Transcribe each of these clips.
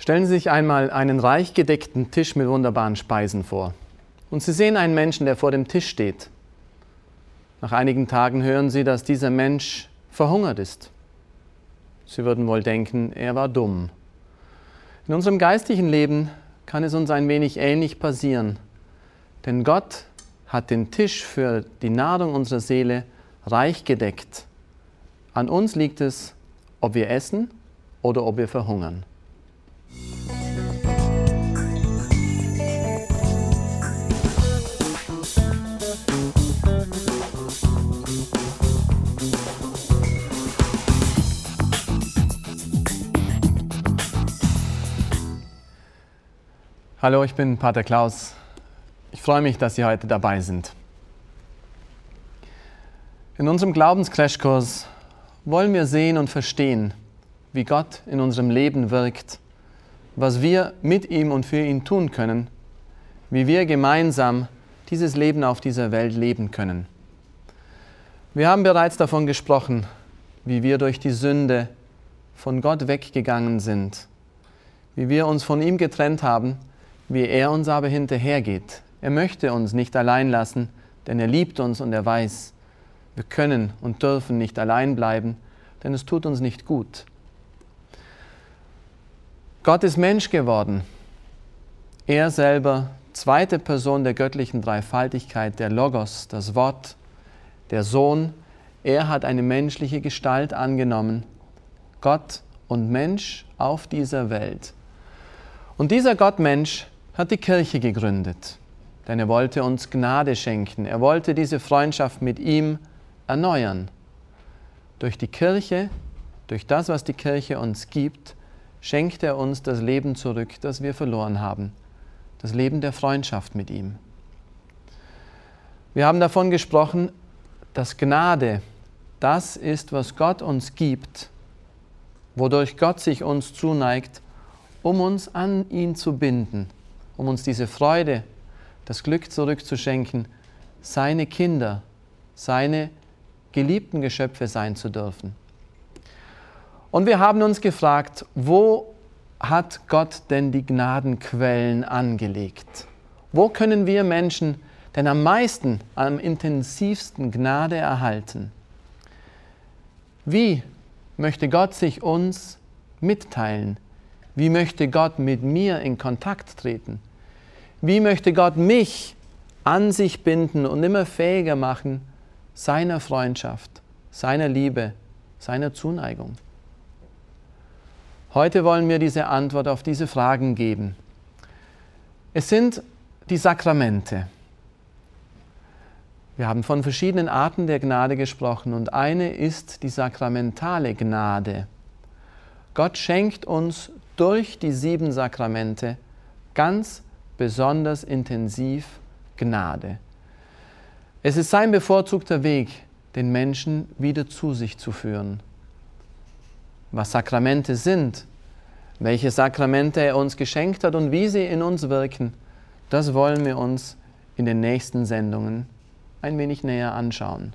Stellen Sie sich einmal einen reich gedeckten Tisch mit wunderbaren Speisen vor. Und Sie sehen einen Menschen, der vor dem Tisch steht. Nach einigen Tagen hören Sie, dass dieser Mensch verhungert ist. Sie würden wohl denken, er war dumm. In unserem geistlichen Leben kann es uns ein wenig ähnlich passieren. Denn Gott hat den Tisch für die Nahrung unserer Seele reich gedeckt. An uns liegt es, ob wir essen oder ob wir verhungern. Hallo, ich bin Pater Klaus. Ich freue mich, dass Sie heute dabei sind. In unserem Glaubenscrashkurs wollen wir sehen und verstehen, wie Gott in unserem Leben wirkt, was wir mit ihm und für ihn tun können, wie wir gemeinsam dieses Leben auf dieser Welt leben können. Wir haben bereits davon gesprochen, wie wir durch die Sünde von Gott weggegangen sind, wie wir uns von ihm getrennt haben, wie er uns aber hinterhergeht. Er möchte uns nicht allein lassen, denn er liebt uns und er weiß, wir können und dürfen nicht allein bleiben, denn es tut uns nicht gut. Gott ist Mensch geworden. Er selber, zweite Person der göttlichen Dreifaltigkeit, der Logos, das Wort, der Sohn. Er hat eine menschliche Gestalt angenommen, Gott und Mensch auf dieser Welt. Und dieser Gottmensch hat die Kirche gegründet, denn er wollte uns Gnade schenken. Er wollte diese Freundschaft mit ihm erneuern. Durch die Kirche, durch das, was die Kirche uns gibt, schenkt er uns das Leben zurück, das wir verloren haben. Das Leben der Freundschaft mit ihm. Wir haben davon gesprochen, dass Gnade das ist, was Gott uns gibt, wodurch Gott sich uns zuneigt, um uns an ihn zu binden, um uns diese Freude, das Glück zurückzuschenken, seine Kinder, seine geliebten Geschöpfe sein zu dürfen. Und wir haben uns gefragt, wo hat Gott denn die Gnadenquellen angelegt? Wo können wir Menschen denn am meisten, am intensivsten Gnade erhalten? Wie möchte Gott sich uns mitteilen? Wie möchte Gott mit mir in Kontakt treten? Wie möchte Gott mich an sich binden und immer fähiger machen, seiner Freundschaft, seiner Liebe, seiner Zuneigung? Heute wollen wir diese Antwort auf diese Fragen geben. Es sind die Sakramente. Wir haben von verschiedenen Arten der Gnade gesprochen und eine ist die sakramentale Gnade. Gott schenkt uns durch die 7 Sakramente ganz besonders intensiv Gnade. Es ist sein bevorzugter Weg, den Menschen wieder zu sich zu führen. Was Sakramente sind, welche Sakramente er uns geschenkt hat und wie sie in uns wirken, das wollen wir uns in den nächsten Sendungen ein wenig näher anschauen.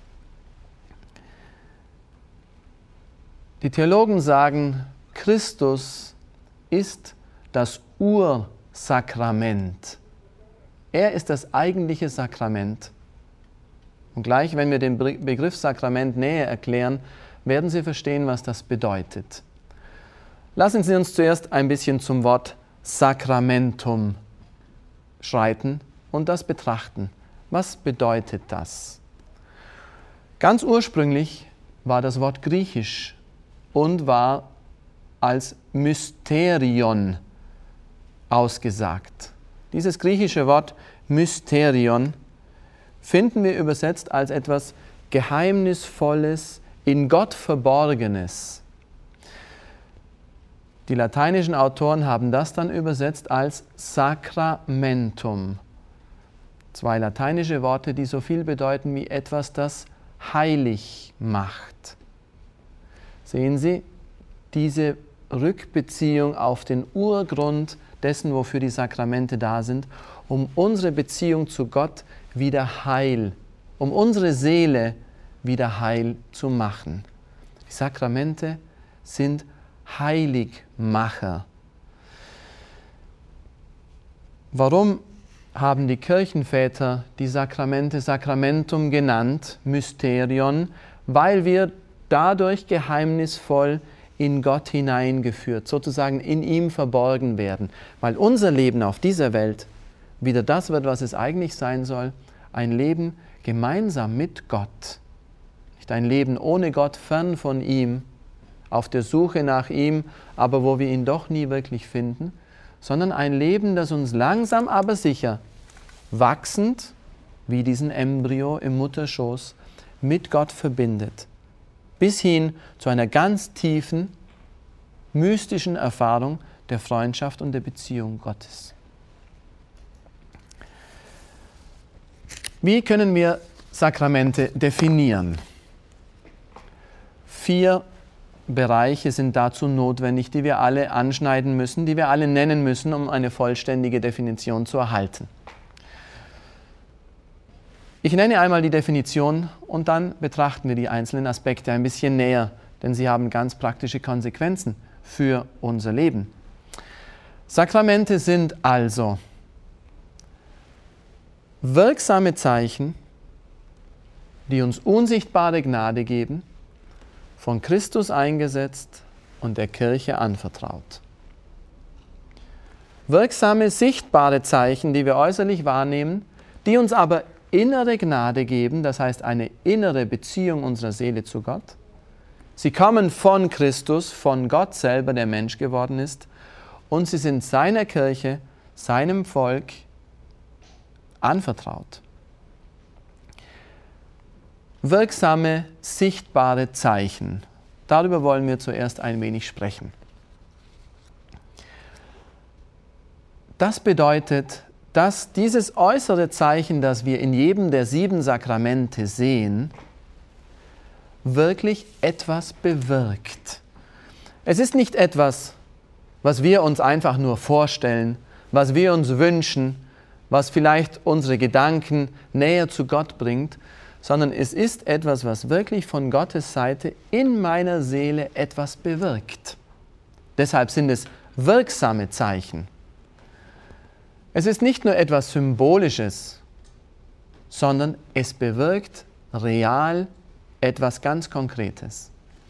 Die Theologen sagen, Christus ist das Ursakrament. Er ist das eigentliche Sakrament. Und gleich, wenn wir den Begriff Sakrament näher erklären, werden Sie verstehen, was das bedeutet. Lassen Sie uns zuerst ein bisschen zum Wort Sakramentum schreiten und das betrachten. Was bedeutet das? Ganz ursprünglich war das Wort griechisch und war als Mysterion ausgesagt. Dieses griechische Wort Mysterion finden wir übersetzt als etwas Geheimnisvolles, in Gott Verborgenes. Die lateinischen Autoren haben das dann übersetzt als Sacramentum. 2 lateinische Worte, die so viel bedeuten wie etwas, das heilig macht. Sehen Sie diese Rückbeziehung auf den Urgrund dessen, wofür die Sakramente da sind, um unsere Beziehung zu Gott wieder heil, um unsere Seele wieder heil zu machen. Die Sakramente sind Heiligmacher. Warum haben die Kirchenväter die Sakramente Sacramentum genannt, Mysterion? Weil wir dadurch geheimnisvoll in Gott hineingeführt, sozusagen in ihm verborgen werden. Weil unser Leben auf dieser Welt wieder das wird, was es eigentlich sein soll, ein Leben gemeinsam mit Gott. Nicht ein Leben ohne Gott, fern von ihm, auf der Suche nach ihm, aber wo wir ihn doch nie wirklich finden, sondern ein Leben, das uns langsam, aber sicher, wachsend, wie diesen Embryo im Mutterschoß, mit Gott verbindet, bis hin zu einer ganz tiefen, mystischen Erfahrung der Freundschaft und der Beziehung Gottes. Wie können wir Sakramente definieren? 4 Bereiche sind dazu notwendig, die wir alle anschneiden müssen, die wir alle nennen müssen, um eine vollständige Definition zu erhalten. Ich nenne einmal die Definition und dann betrachten wir die einzelnen Aspekte ein bisschen näher, denn sie haben ganz praktische Konsequenzen für unser Leben. Sakramente sind also wirksame Zeichen, die uns unsichtbare Gnade geben, von Christus eingesetzt und der Kirche anvertraut. Wirksame, sichtbare Zeichen, die wir äußerlich wahrnehmen, die uns aber innere Gnade geben, das heißt eine innere Beziehung unserer Seele zu Gott. Sie kommen von Christus, von Gott selber, der Mensch geworden ist, und sie sind seiner Kirche, seinem Volk anvertraut. Wirksame, sichtbare Zeichen. Darüber wollen wir zuerst ein wenig sprechen. Das bedeutet, dass dieses äußere Zeichen, das wir in jedem der 7 Sakramente sehen, wirklich etwas bewirkt. Es ist nicht etwas, was wir uns einfach nur vorstellen, was wir uns wünschen, was vielleicht unsere Gedanken näher zu Gott bringt, sondern es ist etwas, was wirklich von Gottes Seite in meiner Seele etwas bewirkt. Deshalb sind es wirksame Zeichen. Es ist nicht nur etwas Symbolisches, sondern es bewirkt real etwas ganz Konkretes.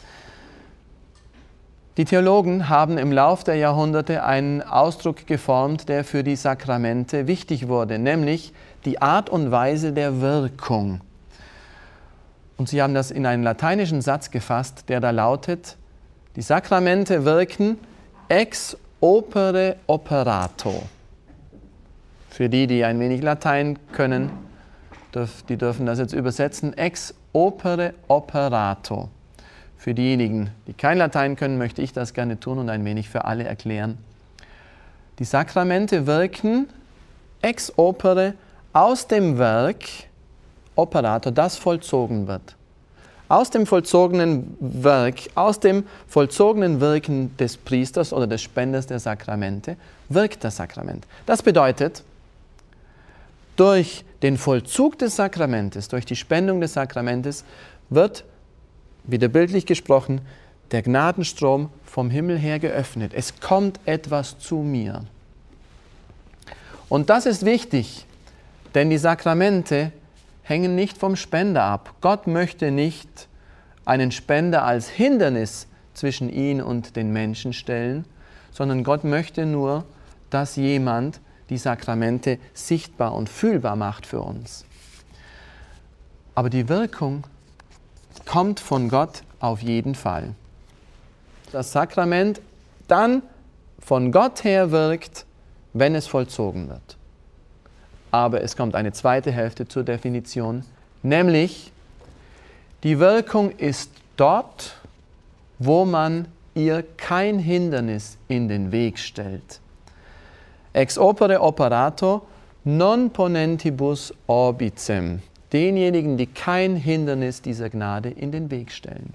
Die Theologen haben im Lauf der Jahrhunderte einen Ausdruck geformt, der für die Sakramente wichtig wurde, nämlich die Art und Weise der Wirkung. Und sie haben das in einen lateinischen Satz gefasst, der da lautet: Die Sakramente wirken ex opere operato. Für die ein wenig Latein können, die dürfen das jetzt übersetzen, ex opere operato. Für diejenigen, die kein Latein können, möchte ich das gerne tun und ein wenig für alle erklären. Die Sakramente wirken ex opere, aus dem Werk operato, das vollzogen wird. Aus dem vollzogenen Werk, aus dem vollzogenen Wirken des Priesters oder des Spenders der Sakramente wirkt das Sakrament. Das bedeutet, durch den Vollzug des Sakramentes, durch die Spendung des Sakramentes wird, wieder bildlich gesprochen, der Gnadenstrom vom Himmel her geöffnet. Es kommt etwas zu mir. Und das ist wichtig, denn die Sakramente hängen nicht vom Spender ab. Gott möchte nicht einen Spender als Hindernis zwischen ihn und den Menschen stellen, sondern Gott möchte nur, dass jemand die Sakramente sichtbar und fühlbar macht für uns. Aber die Wirkung kommt von Gott auf jeden Fall. Das Sakrament dann von Gott her wirkt, wenn es vollzogen wird. Aber es kommt eine zweite Hälfte zur Definition, nämlich die Wirkung ist dort, wo man ihr kein Hindernis in den Weg stellt. Ex opere operato non ponentibus orbicem. Denjenigen, die kein Hindernis dieser Gnade in den Weg stellen.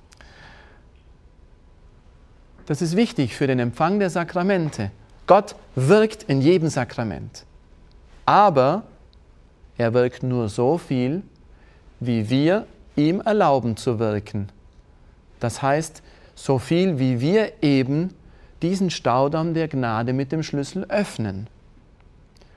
Das ist wichtig für den Empfang der Sakramente. Gott wirkt in jedem Sakrament. Aber er wirkt nur so viel, wie wir ihm erlauben zu wirken. Das heißt, so viel, wie wir eben diesen Staudamm der Gnade mit dem Schlüssel öffnen.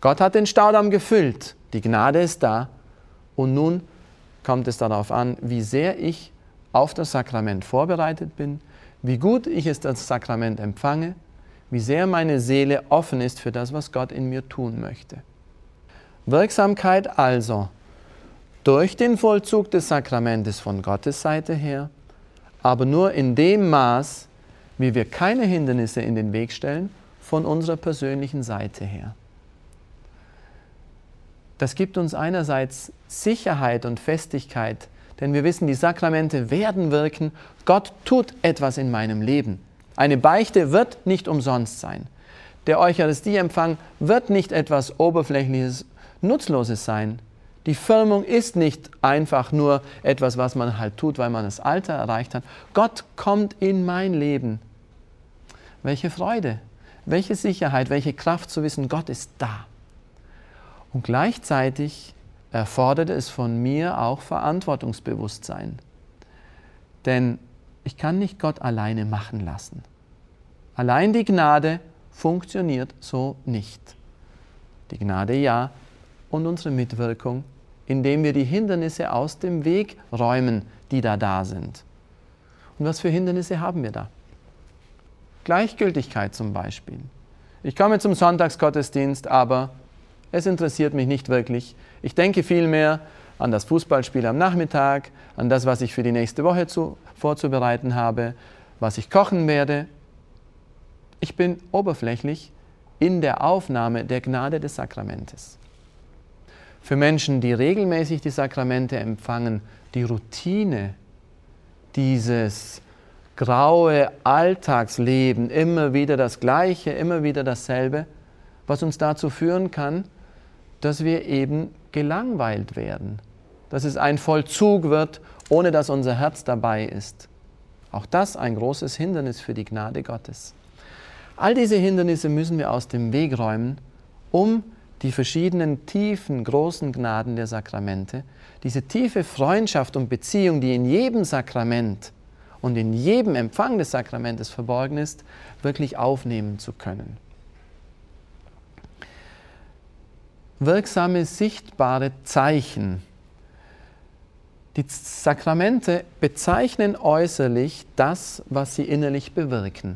Gott hat den Staudamm gefüllt, die Gnade ist da und nun kommt es darauf an, wie sehr ich auf das Sakrament vorbereitet bin, wie gut ich das Sakrament empfange, wie sehr meine Seele offen ist für das, was Gott in mir tun möchte. Wirksamkeit also durch den Vollzug des Sakramentes von Gottes Seite her, aber nur in dem Maß, wie wir keine Hindernisse in den Weg stellen, von unserer persönlichen Seite her. Das gibt uns einerseits Sicherheit und Festigkeit, denn wir wissen, die Sakramente werden wirken, Gott tut etwas in meinem Leben. Eine Beichte wird nicht umsonst sein. Der Eucharistieempfang wird nicht etwas Oberflächliches, Nutzloses sein. Die Firmung ist nicht einfach nur etwas, was man halt tut, weil man das Alter erreicht hat. Gott kommt in mein Leben. Welche Freude, welche Sicherheit, welche Kraft zu wissen, Gott ist da. Und gleichzeitig erfordert es von mir auch Verantwortungsbewusstsein. Denn ich kann nicht Gott alleine machen lassen. Allein die Gnade funktioniert so nicht. Die Gnade ja und unsere Mitwirkung, indem wir die Hindernisse aus dem Weg räumen, die da sind. Und was für Hindernisse haben wir da? Gleichgültigkeit zum Beispiel. Ich komme zum Sonntagsgottesdienst, aber es interessiert mich nicht wirklich. Ich denke vielmehr an das Fußballspiel am Nachmittag, an das, was ich für die nächste Woche vorzubereiten habe, was ich kochen werde. Ich bin oberflächlich in der Aufnahme der Gnade des Sakramentes. Für Menschen, die regelmäßig die Sakramente empfangen, die Routine, dieses graue Alltagsleben, immer wieder das Gleiche, immer wieder dasselbe, was uns dazu führen kann, dass wir eben gelangweilt werden, dass es ein Vollzug wird, ohne dass unser Herz dabei ist. Auch das ein großes Hindernis für die Gnade Gottes. All diese Hindernisse müssen wir aus dem Weg räumen, um die verschiedenen tiefen, großen Gnaden der Sakramente, diese tiefe Freundschaft und Beziehung, die in jedem Sakrament und in jedem Empfang des Sakramentes verborgen ist, wirklich aufnehmen zu können. Wirksame, sichtbare Zeichen. Die Sakramente bezeichnen äußerlich das, was sie innerlich bewirken.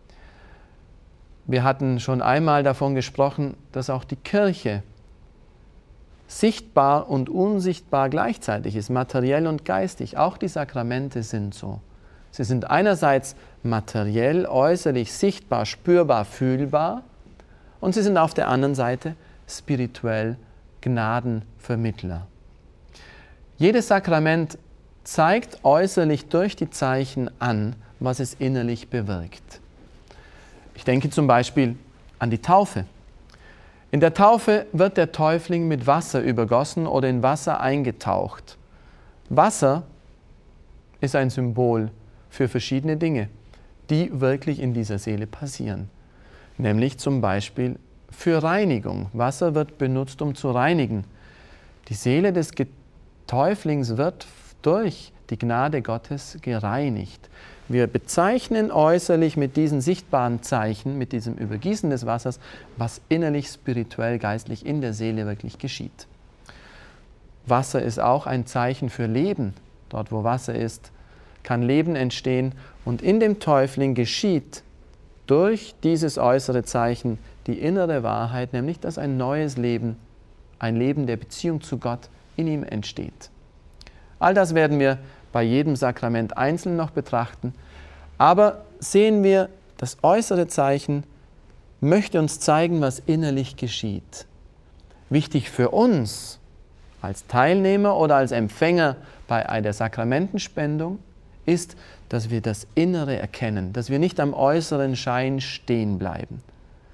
Wir hatten schon einmal davon gesprochen, dass auch die Kirche sichtbar und unsichtbar gleichzeitig ist, materiell und geistig. Auch die Sakramente sind so. Sie sind einerseits materiell, äußerlich, sichtbar, spürbar, fühlbar und sie sind auf der anderen Seite spirituell Gnadenvermittler. Jedes Sakrament zeigt äußerlich durch die Zeichen an, was es innerlich bewirkt. Ich denke zum Beispiel an die Taufe. In der Taufe wird der Täufling mit Wasser übergossen oder in Wasser eingetaucht. Wasser ist ein Symbol für verschiedene Dinge, die wirklich in dieser Seele passieren. Nämlich zum Beispiel für Reinigung. Wasser wird benutzt, um zu reinigen. Die Seele des Täuflings wird durch die Gnade Gottes gereinigt. Wir bezeichnen äußerlich mit diesen sichtbaren Zeichen, mit diesem Übergießen des Wassers, was innerlich, spirituell, geistlich in der Seele wirklich geschieht. Wasser ist auch ein Zeichen für Leben. Dort, wo Wasser ist, kann Leben entstehen und in dem Täufling geschieht durch dieses äußere Zeichen die innere Wahrheit, nämlich dass ein neues Leben, ein Leben der Beziehung zu Gott in ihm entsteht. All das werden wir bei jedem Sakrament einzeln noch betrachten, aber sehen wir, das äußere Zeichen möchte uns zeigen, was innerlich geschieht. Wichtig für uns als Teilnehmer oder als Empfänger bei der Sakramentenspendung ist, dass wir das Innere erkennen, dass wir nicht am äußeren Schein stehen bleiben.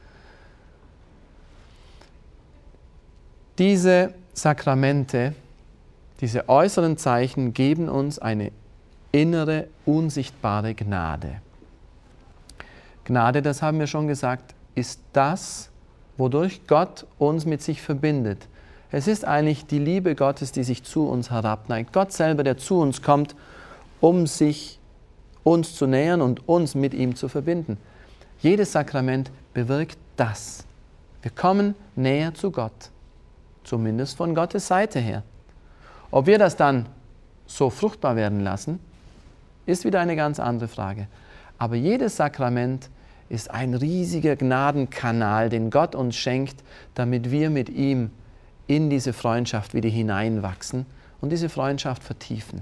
Diese Sakramente, diese äußeren Zeichen geben uns eine innere, unsichtbare Gnade. Gnade, das haben wir schon gesagt, ist das, wodurch Gott uns mit sich verbindet. Es ist eigentlich die Liebe Gottes, die sich zu uns herabneigt. Gott selber, der zu uns kommt, um sich uns zu nähern und uns mit ihm zu verbinden. Jedes Sakrament bewirkt das. Wir kommen näher zu Gott, zumindest von Gottes Seite her. Ob wir das dann so fruchtbar werden lassen, ist wieder eine ganz andere Frage. Aber jedes Sakrament ist ein riesiger Gnadenkanal, den Gott uns schenkt, damit wir mit ihm in diese Freundschaft wieder hineinwachsen und diese Freundschaft vertiefen.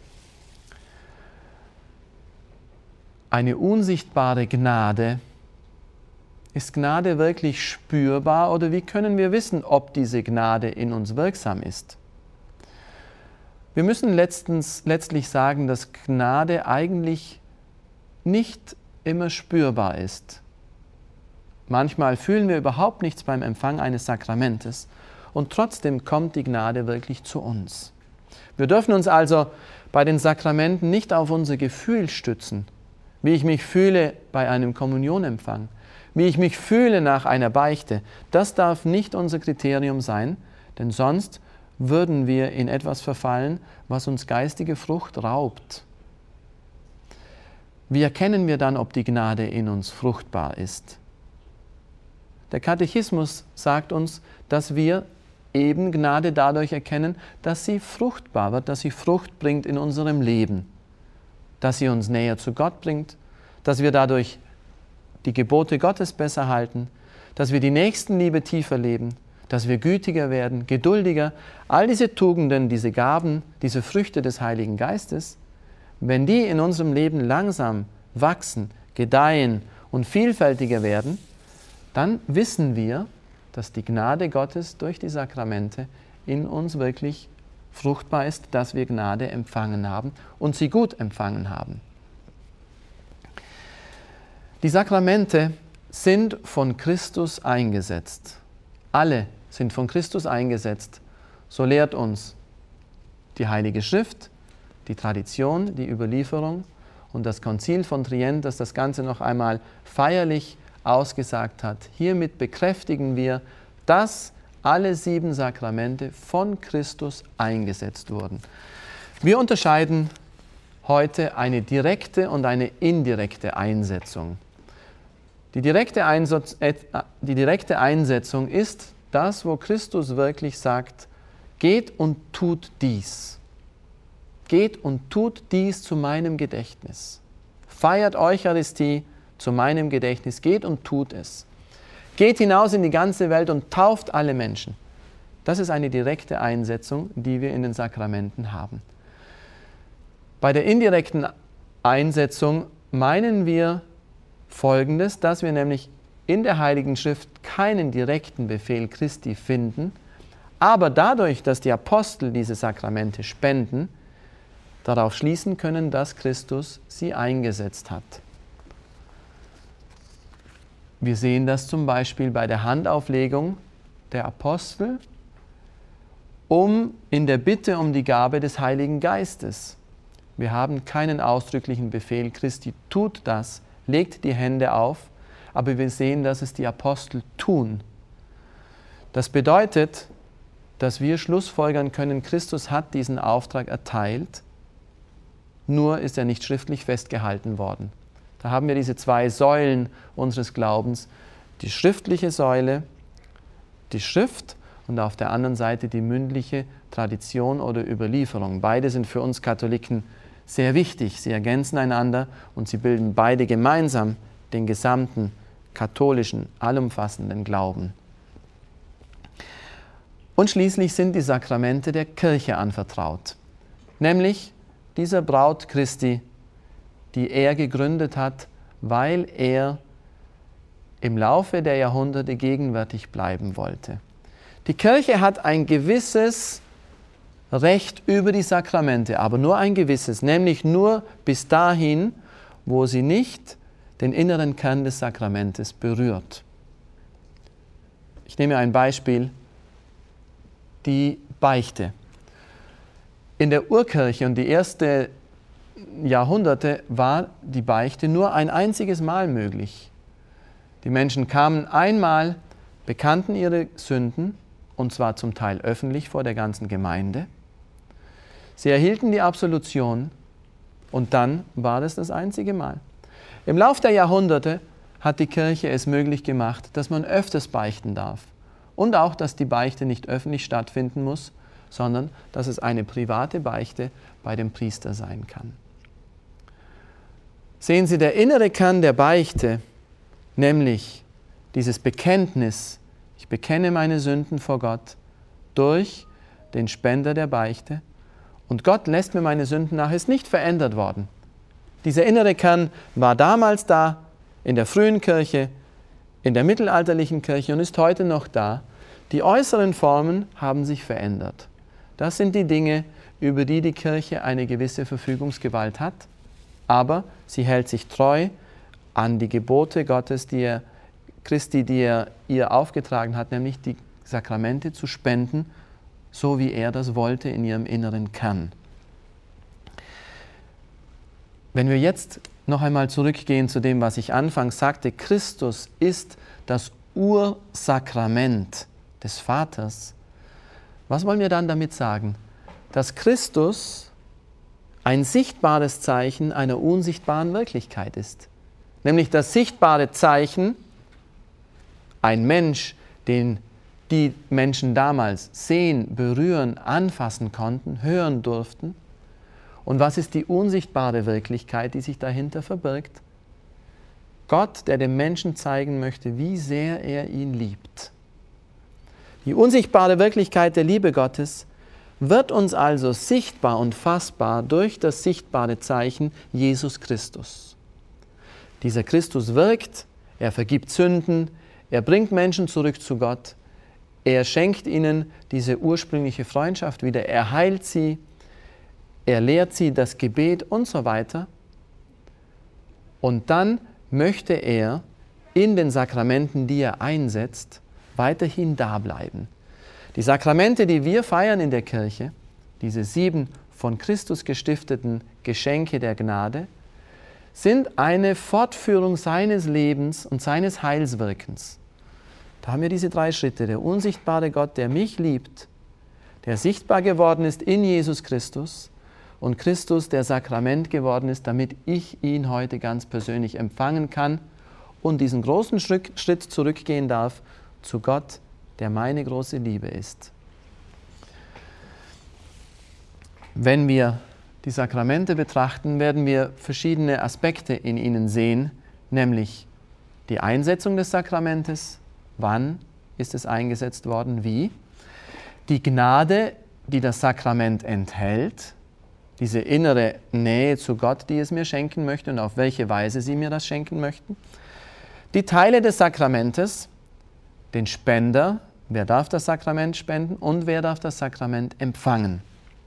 Eine unsichtbare Gnade. Ist Gnade wirklich spürbar oder wie können wir wissen, ob diese Gnade in uns wirksam ist? Wir müssen letztlich sagen, dass Gnade eigentlich nicht immer spürbar ist. Manchmal fühlen wir überhaupt nichts beim Empfang eines Sakramentes und trotzdem kommt die Gnade wirklich zu uns. Wir dürfen uns also bei den Sakramenten nicht auf unser Gefühl stützen, wie ich mich fühle bei einem Kommunionempfang, wie ich mich fühle nach einer Beichte. Das darf nicht unser Kriterium sein, denn sonst würden wir in etwas verfallen, was uns geistige Frucht raubt. Wie erkennen wir dann, ob die Gnade in uns fruchtbar ist? Der Katechismus sagt uns, dass wir eben Gnade dadurch erkennen, dass sie fruchtbar wird, dass sie Frucht bringt in unserem Leben, dass sie uns näher zu Gott bringt, dass wir dadurch die Gebote Gottes besser halten, dass wir die Nächstenliebe tiefer leben, dass wir gütiger werden, geduldiger. All diese Tugenden, diese Gaben, diese Früchte des Heiligen Geistes, wenn die in unserem Leben langsam wachsen, gedeihen und vielfältiger werden, dann wissen wir, dass die Gnade Gottes durch die Sakramente in uns wirklich fruchtbar ist, dass wir Gnade empfangen haben und sie gut empfangen haben. Die Sakramente sind von Christus eingesetzt. Alle sind von Christus eingesetzt. So lehrt uns die Heilige Schrift, die Tradition, die Überlieferung und das Konzil von Trient, das das Ganze noch einmal feierlich ausgesagt hat. Hiermit bekräftigen wir, dass alle 7 Sakramente von Christus eingesetzt wurden. Wir unterscheiden heute eine direkte und eine indirekte Einsetzung. Die direkte Einsetzung ist das, wo Christus wirklich sagt, geht und tut dies. Geht und tut dies zu meinem Gedächtnis. Feiert Eucharistie zu meinem Gedächtnis. Geht und tut es. Geht hinaus in die ganze Welt und tauft alle Menschen. Das ist eine direkte Einsetzung, die wir in den Sakramenten haben. Bei der indirekten Einsetzung meinen wir Folgendes, dass wir nämlich in der Heiligen Schrift keinen direkten Befehl Christi finden, aber dadurch, dass die Apostel diese Sakramente spenden, darauf schließen können, dass Christus sie eingesetzt hat. Wir sehen das zum Beispiel bei der Handauflegung der Apostel in der Bitte um die Gabe des Heiligen Geistes. Wir haben keinen ausdrücklichen Befehl Christi, tut das, legt die Hände auf, aber wir sehen, dass es die Apostel tun. Das bedeutet, dass wir schlussfolgern können, Christus hat diesen Auftrag erteilt, nur ist er nicht schriftlich festgehalten worden. Da haben wir diese 2 Säulen unseres Glaubens, die schriftliche Säule, die Schrift und auf der anderen Seite die mündliche Tradition oder Überlieferung. Beide sind für uns Katholiken sehr wichtig. Sie ergänzen einander und sie bilden beide gemeinsam den gesamten katholischen, allumfassenden Glauben. Und schließlich sind die Sakramente der Kirche anvertraut, nämlich dieser Braut Christi, die er gegründet hat, weil er im Laufe der Jahrhunderte gegenwärtig bleiben wollte. Die Kirche hat ein gewisses Recht über die Sakramente, aber nur ein gewisses, nämlich nur bis dahin, wo sie nicht den inneren Kern des Sakramentes berührt. Ich nehme ein Beispiel, die Beichte. In der Urkirche und die ersten Jahrhunderte war die Beichte nur ein einziges Mal möglich. Die Menschen kamen einmal, bekannten ihre Sünden, und zwar zum Teil öffentlich vor der ganzen Gemeinde. Sie erhielten die Absolution und dann war das einzige Mal. Im Lauf der Jahrhunderte hat die Kirche es möglich gemacht, dass man öfters beichten darf. Und auch, dass die Beichte nicht öffentlich stattfinden muss, sondern dass es eine private Beichte bei dem Priester sein kann. Sehen Sie, der innere Kern der Beichte, nämlich dieses Bekenntnis, ich bekenne meine Sünden vor Gott durch den Spender der Beichte und Gott lässt mir meine Sünden nach, ist nicht verändert worden. Dieser innere Kern war damals da, in der frühen Kirche, in der mittelalterlichen Kirche und ist heute noch da. Die äußeren Formen haben sich verändert. Das sind die Dinge, über die die Kirche eine gewisse Verfügungsgewalt hat, aber sie hält sich treu an die Gebote Gottes, die er ihr aufgetragen hat, nämlich die Sakramente zu spenden, so wie er das wollte in ihrem inneren Kern. Wenn wir jetzt noch einmal zurückgehen zu dem, was ich anfangs sagte, Christus ist das Ursakrament des Vaters. Was wollen wir dann damit sagen? Dass Christus ein sichtbares Zeichen einer unsichtbaren Wirklichkeit ist. Nämlich das sichtbare Zeichen, ein Mensch, den die Menschen damals sehen, berühren, anfassen konnten, hören durften. Und was ist die unsichtbare Wirklichkeit, die sich dahinter verbirgt? Gott, der dem Menschen zeigen möchte, wie sehr er ihn liebt. Die unsichtbare Wirklichkeit der Liebe Gottes wird uns also sichtbar und fassbar durch das sichtbare Zeichen Jesus Christus. Dieser Christus wirkt, er vergibt Sünden, er bringt Menschen zurück zu Gott, er schenkt ihnen diese ursprüngliche Freundschaft wieder, er heilt sie, er lehrt sie das Gebet und so weiter. Und dann möchte er in den Sakramenten, die er einsetzt, weiterhin da bleiben. Die Sakramente, die wir feiern in der Kirche, diese 7 von Christus gestifteten Geschenke der Gnade, sind eine Fortführung seines Lebens und seines Heilswirkens. Da haben wir diese 3 Schritte. Der unsichtbare Gott, der mich liebt, der sichtbar geworden ist in Jesus Christus, und Christus, der Sakrament geworden ist, damit ich ihn heute ganz persönlich empfangen kann und diesen großen Schritt zurückgehen darf zu Gott, der meine große Liebe ist. Wenn wir die Sakramente betrachten, werden wir verschiedene Aspekte in ihnen sehen, nämlich die Einsetzung des Sakramentes, wann ist es eingesetzt worden, wie, die Gnade, die das Sakrament enthält, diese innere Nähe zu Gott, die es mir schenken möchte und auf welche Weise sie mir das schenken möchten. Die Teile des Sakramentes, den Spender, wer darf das Sakrament spenden und wer darf das Sakrament empfangen.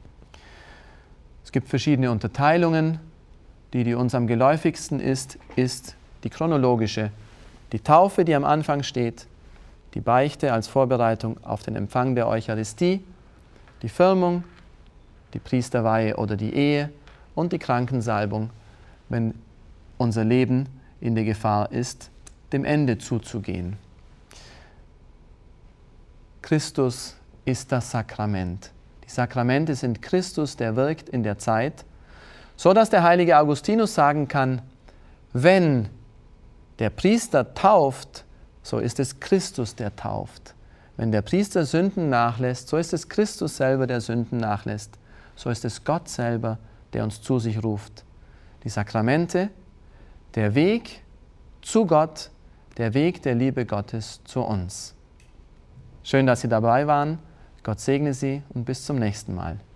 Es gibt verschiedene Unterteilungen. Die uns am geläufigsten ist die chronologische. Die Taufe, die am Anfang steht, die Beichte als Vorbereitung auf den Empfang der Eucharistie, die Firmung, die Priesterweihe oder die Ehe und die Krankensalbung, wenn unser Leben in der Gefahr ist, dem Ende zuzugehen. Christus ist das Sakrament. Die Sakramente sind Christus, der wirkt in der Zeit, so dass der heilige Augustinus sagen kann, wenn der Priester tauft, so ist es Christus, der tauft. Wenn der Priester Sünden nachlässt, so ist es Christus selber, der Sünden nachlässt. So ist es Gott selber, der uns zu sich ruft. Die Sakramente, der Weg zu Gott, der Weg der Liebe Gottes zu uns. Schön, dass Sie dabei waren. Gott segne Sie und bis zum nächsten Mal.